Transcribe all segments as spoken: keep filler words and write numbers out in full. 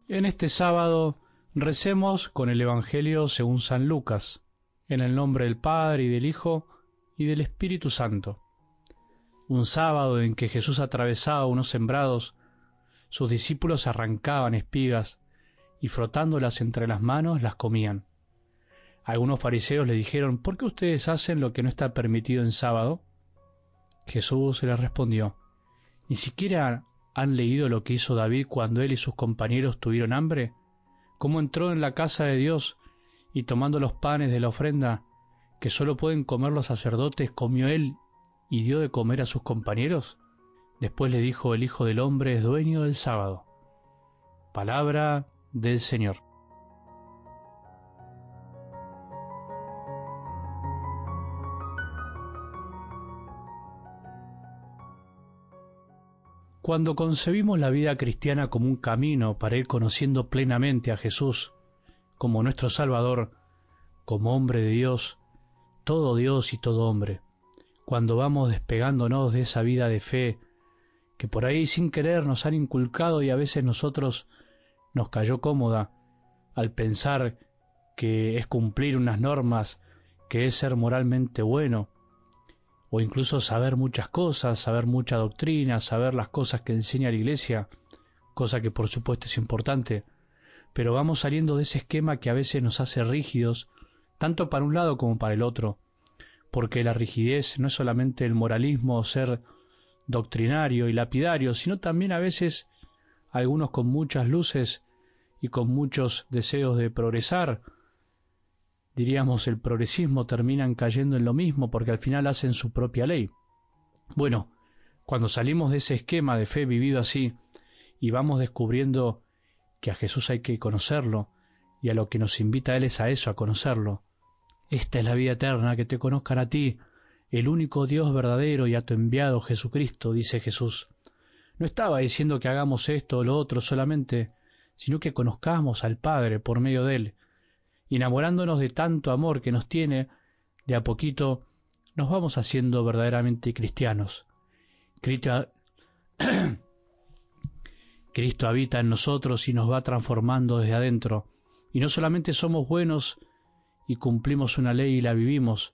En este sábado recemos con el Evangelio según San Lucas, en el nombre del Padre y del Hijo y del Espíritu Santo. Un sábado en que Jesús atravesaba unos sembrados, sus discípulos arrancaban espigas y frotándolas entre las manos las comían. Algunos fariseos le dijeron: ¿por qué ustedes hacen lo que no está permitido en sábado? Jesús les respondió: ¿ni siquiera han leído lo que hizo David cuando él y sus compañeros tuvieron hambre? ¿Cómo entró en la casa de Dios y tomando los panes de la ofrenda, que sólo pueden comer los sacerdotes, comió él y dio de comer a sus compañeros? Después le dijo: el Hijo del Hombre es dueño del sábado. Palabra del Señor. Cuando concebimos la vida cristiana como un camino para ir conociendo plenamente a Jesús como nuestro Salvador, como hombre de Dios, todo Dios y todo hombre, cuando vamos despegándonos de esa vida de fe que por ahí sin querer nos han inculcado y a veces nosotros nos cayó cómoda al pensar que es cumplir unas normas, que es ser moralmente bueno, o incluso saber muchas cosas, saber mucha doctrina, saber las cosas que enseña la Iglesia, cosa que por supuesto es importante, pero vamos saliendo de ese esquema que a veces nos hace rígidos, tanto para un lado como para el otro, porque la rigidez no es solamente el moralismo o ser doctrinario y lapidario, sino también a veces algunos con muchas luces y con muchos deseos de progresar, diríamos el progresismo, terminan cayendo en lo mismo porque al final hacen su propia ley. Bueno, cuando salimos de ese esquema de fe vivido así y vamos descubriendo que a Jesús hay que conocerlo y a lo que nos invita a Él es a eso, a conocerlo. Esta es la vida eterna, que te conozcan a ti, el único Dios verdadero, y a tu enviado Jesucristo, dice Jesús. No estaba diciendo que hagamos esto o lo otro solamente, sino que conozcamos al Padre por medio de Él. Y enamorándonos de tanto amor que nos tiene, de a poquito nos vamos haciendo verdaderamente cristianos. Cristo, Cristo habita en nosotros y nos va transformando desde adentro. Y no solamente somos buenos y cumplimos una ley y la vivimos,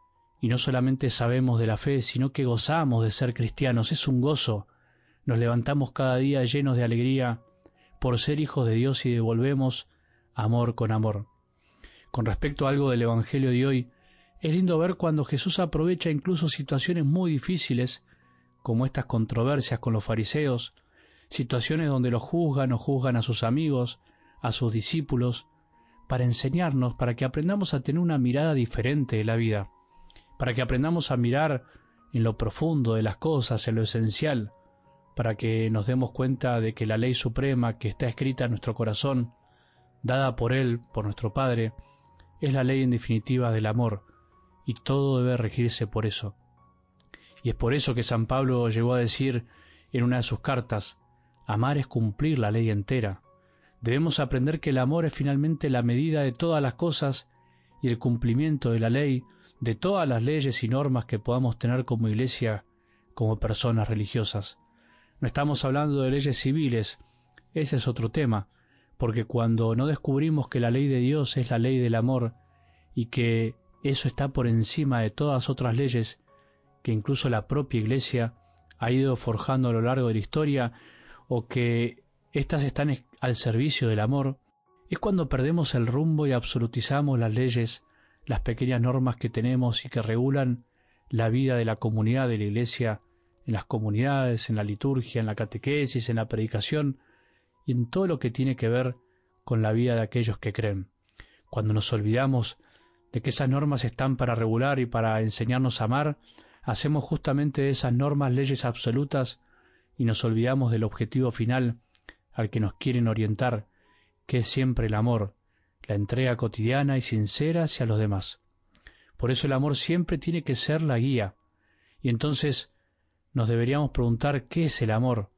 y no solamente sabemos de la fe, sino que gozamos de ser cristianos. Es un gozo. Nos levantamos cada día llenos de alegría por ser hijos de Dios y devolvemos amor con amor. Con respecto a algo del Evangelio de hoy, es lindo ver cuando Jesús aprovecha incluso situaciones muy difíciles, como estas controversias con los fariseos, situaciones donde los juzgan o juzgan a sus amigos, a sus discípulos, para enseñarnos, para que aprendamos a tener una mirada diferente de la vida, para que aprendamos a mirar en lo profundo de las cosas, en lo esencial, para que nos demos cuenta de que la ley suprema que está escrita en nuestro corazón, dada por Él, por nuestro Padre, es la ley en definitiva del amor, y todo debe regirse por eso. Y es por eso que San Pablo llegó a decir en una de sus cartas: amar es cumplir la ley entera. Debemos aprender que el amor es finalmente la medida de todas las cosas y el cumplimiento de la ley, de todas las leyes y normas que podamos tener como Iglesia, como personas religiosas. No estamos hablando de leyes civiles, ese es otro tema, porque cuando no descubrimos que la ley de Dios es la ley del amor y que eso está por encima de todas otras leyes que incluso la propia Iglesia ha ido forjando a lo largo de la historia, o que éstas están al servicio del amor, es cuando perdemos el rumbo y absolutizamos las leyes, las pequeñas normas que tenemos y que regulan la vida de la comunidad de la Iglesia, en las comunidades, en la liturgia, en la catequesis, en la predicación, y en todo lo que tiene que ver con la vida de aquellos que creen. Cuando nos olvidamos de que esas normas están para regular y para enseñarnos a amar, hacemos justamente de esas normas leyes absolutas y nos olvidamos del objetivo final al que nos quieren orientar, que es siempre el amor, la entrega cotidiana y sincera hacia los demás. Por eso el amor siempre tiene que ser la guía, y entonces nos deberíamos preguntar: ¿qué es el amor?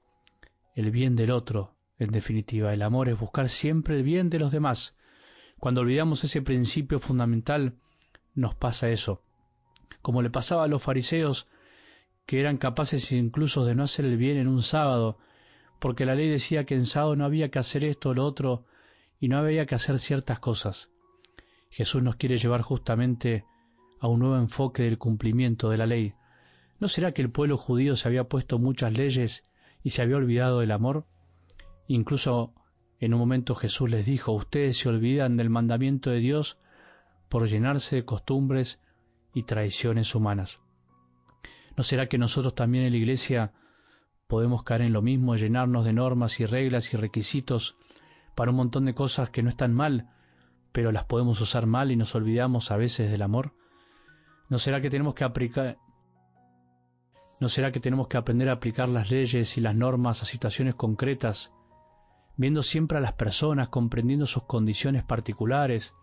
El bien del otro. En definitiva, el amor es buscar siempre el bien de los demás. Cuando olvidamos ese principio fundamental, nos pasa eso. Como le pasaba a los fariseos, que eran capaces incluso de no hacer el bien en un sábado, porque la ley decía que en sábado no había que hacer esto o lo otro, y no había que hacer ciertas cosas. Jesús nos quiere llevar justamente a un nuevo enfoque del cumplimiento de la ley. ¿No será que el pueblo judío se había puesto muchas leyes y se había olvidado del amor? Incluso en un momento Jesús les dijo, ustedes se olvidan del mandamiento de Dios por llenarse de costumbres y tradiciones humanas. ¿No será que nosotros también en la Iglesia podemos caer en lo mismo, llenarnos de normas y reglas y requisitos para un montón de cosas que no están mal, pero las podemos usar mal y nos olvidamos a veces del amor? ¿No será que tenemos que aplicar, ¿No será que tenemos que aprender a aplicar las leyes y las normas a situaciones concretas, viendo siempre a las personas, comprendiendo sus condiciones particulares,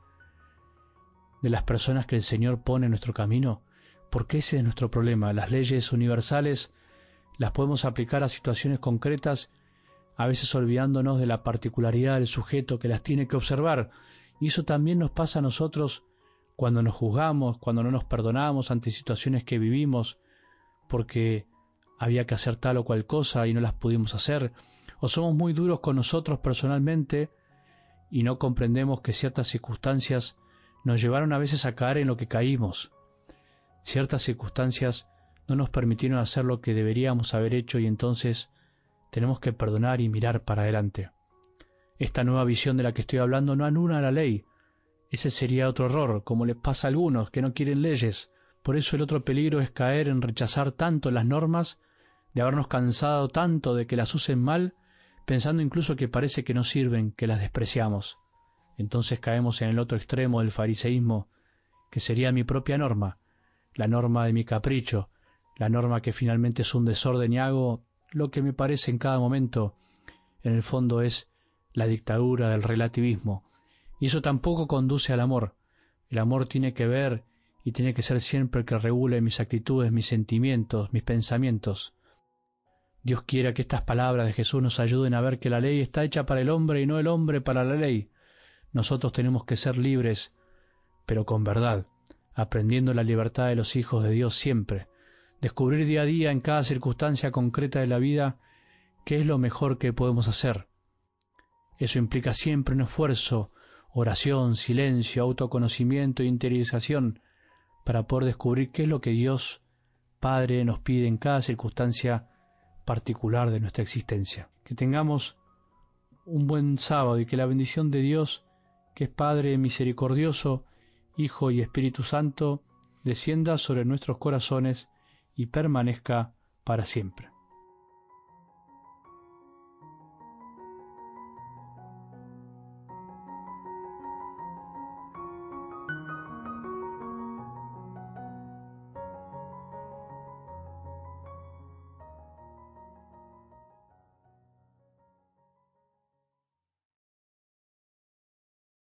de las personas que el Señor pone en nuestro camino? Porque ese es nuestro problema. Las leyes universales las podemos aplicar a situaciones concretas, a veces olvidándonos de la particularidad del sujeto que las tiene que observar. Y eso también nos pasa a nosotros cuando nos juzgamos, cuando no nos perdonamos ante situaciones que vivimos, porque había que hacer tal o cual cosa y no las pudimos hacer, o somos muy duros con nosotros personalmente y no comprendemos que ciertas circunstancias nos llevaron a veces a caer en lo que caímos. Ciertas circunstancias no nos permitieron hacer lo que deberíamos haber hecho y entonces tenemos que perdonar y mirar para adelante. Esta nueva visión de la que estoy hablando no anula la ley. Ese sería otro error, como les pasa a algunos que no quieren leyes. Por eso el otro peligro es caer en rechazar tanto las normas, de habernos cansado tanto de que las usen mal, pensando incluso que parece que no sirven, que las despreciamos. Entonces caemos en el otro extremo del fariseísmo, que sería mi propia norma, la norma de mi capricho, la norma que finalmente es un desorden y hago lo que me parece en cada momento. En el fondo es la dictadura del relativismo, y eso tampoco conduce al amor. El amor tiene que ver y tiene que ser siempre el que regule mis actitudes, mis sentimientos, mis pensamientos. Dios quiera que estas palabras de Jesús nos ayuden a ver que la ley está hecha para el hombre y no el hombre para la ley. Nosotros tenemos que ser libres, pero con verdad, aprendiendo la libertad de los hijos de Dios siempre, descubrir día a día en cada circunstancia concreta de la vida qué es lo mejor que podemos hacer. Eso implica siempre un esfuerzo, oración, silencio, autoconocimiento e interiorización para poder descubrir qué es lo que Dios Padre nos pide en cada circunstancia particular de nuestra existencia. Que tengamos un buen sábado y que la bendición de Dios, que es Padre misericordioso, Hijo y Espíritu Santo, descienda sobre nuestros corazones y permanezca para siempre.